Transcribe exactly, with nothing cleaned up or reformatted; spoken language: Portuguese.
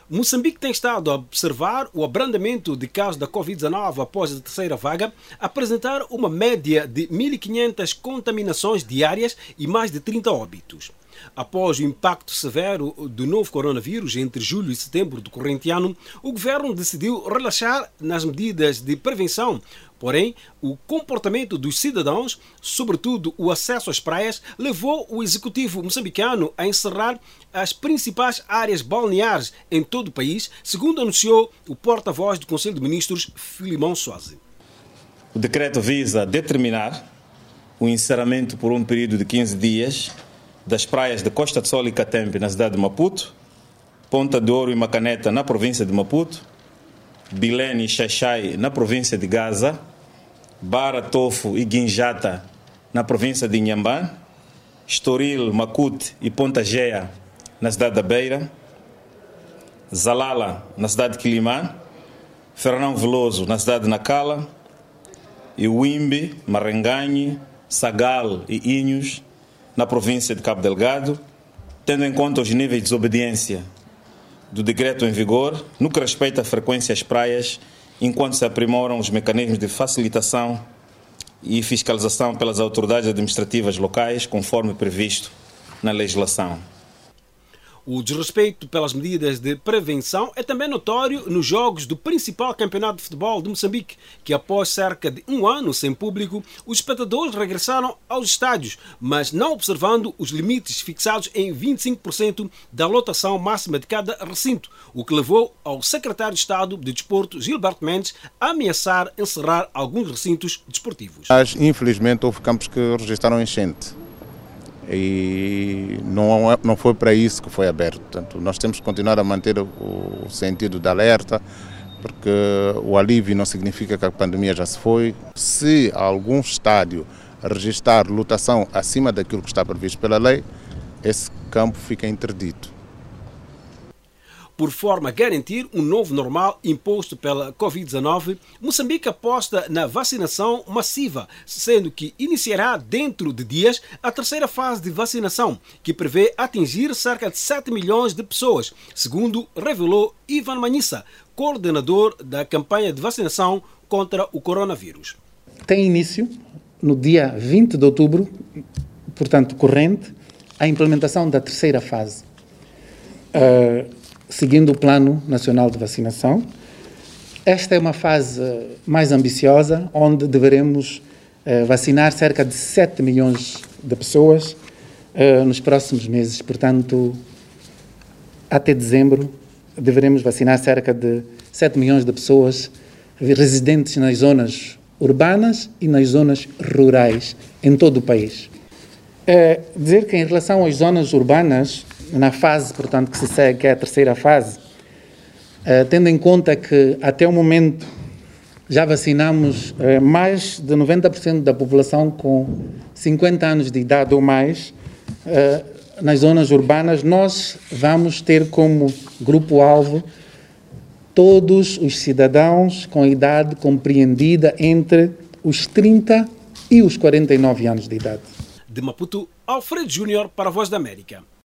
Moçambique tem estado a observar o abrandamento de casos da covid dezenove após a terceira vaga, apresentar uma média de mil e quinhentas contaminações diárias e mais de trinta óbitos. Após o impacto severo do novo coronavírus entre julho e setembro do corrente ano, o governo decidiu relaxar nas medidas de prevenção. Porém, o comportamento dos cidadãos, sobretudo o acesso às praias, levou o executivo moçambicano a encerrar as principais áreas balneares em todo o país, segundo anunciou o porta-voz do Conselho de Ministros, Filimão Soazi. O decreto visa determinar o encerramento por um período de quinze dias das praias de Costa de Sol e Catembe na cidade de Maputo, Ponta de Ouro e Macaneta na província de Maputo, Bilene e Xaixai na província de Gaza, Bara, Tofo e Guinjata na província de Inhambane, Estoril, Macute e Ponta Gea na cidade da Beira, Zalala na cidade de Quilimane, Fernão Veloso na cidade de Nacala, e Wimbe, Maranganhe, Sagal e Inhos na província de Cabo Delgado, tendo em conta os níveis de desobediência do decreto em vigor, no que respeita à frequência às praias, enquanto se aprimoram os mecanismos de facilitação e fiscalização pelas autoridades administrativas locais, conforme previsto na legislação. O desrespeito pelas medidas de prevenção é também notório nos jogos do principal campeonato de futebol de Moçambique, que após cerca de um ano sem público, os espectadores regressaram aos estádios, mas não observando os limites fixados em vinte e cinco por cento da lotação máxima de cada recinto, o que levou ao secretário de Estado de Desporto, Gilberto Mendes, a ameaçar encerrar alguns recintos desportivos. Mas, infelizmente, houve campos que registraram enchente. E não, não foi para isso que foi aberto. Portanto, nós temos que continuar a manter o sentido de alerta, porque o alívio não significa que a pandemia já se foi. Se algum estádio registrar lotação acima daquilo que está previsto pela lei, esse campo fica interdito. Por forma a garantir um novo normal imposto pela covid dezenove, Moçambique aposta na vacinação massiva, sendo que iniciará dentro de dias a terceira fase de vacinação, que prevê atingir cerca de sete milhões de pessoas, segundo revelou Ivan Manissa, coordenador da campanha de vacinação contra o coronavírus. Tem início no dia vinte de outubro, portanto corrente, a implementação da terceira fase. Uh, seguindo o Plano Nacional de Vacinação. Esta é uma fase mais ambiciosa, onde deveremos uh, vacinar cerca de sete milhões de pessoas uh, nos próximos meses. Portanto, até dezembro, deveremos vacinar cerca de sete milhões de pessoas residentes nas zonas urbanas e nas zonas rurais, em todo o país. Uh, dizer que em relação às zonas urbanas, na fase, portanto, que se segue, que é a terceira fase, uh, tendo em conta que até o momento já vacinamos uh, mais de noventa por cento da população com cinquenta anos de idade ou mais, uh, nas zonas urbanas, nós vamos ter como grupo-alvo todos os cidadãos com idade compreendida entre os trinta e os quarenta e nove anos de idade. De Maputo, Alfredo Júnior para a Voz da América.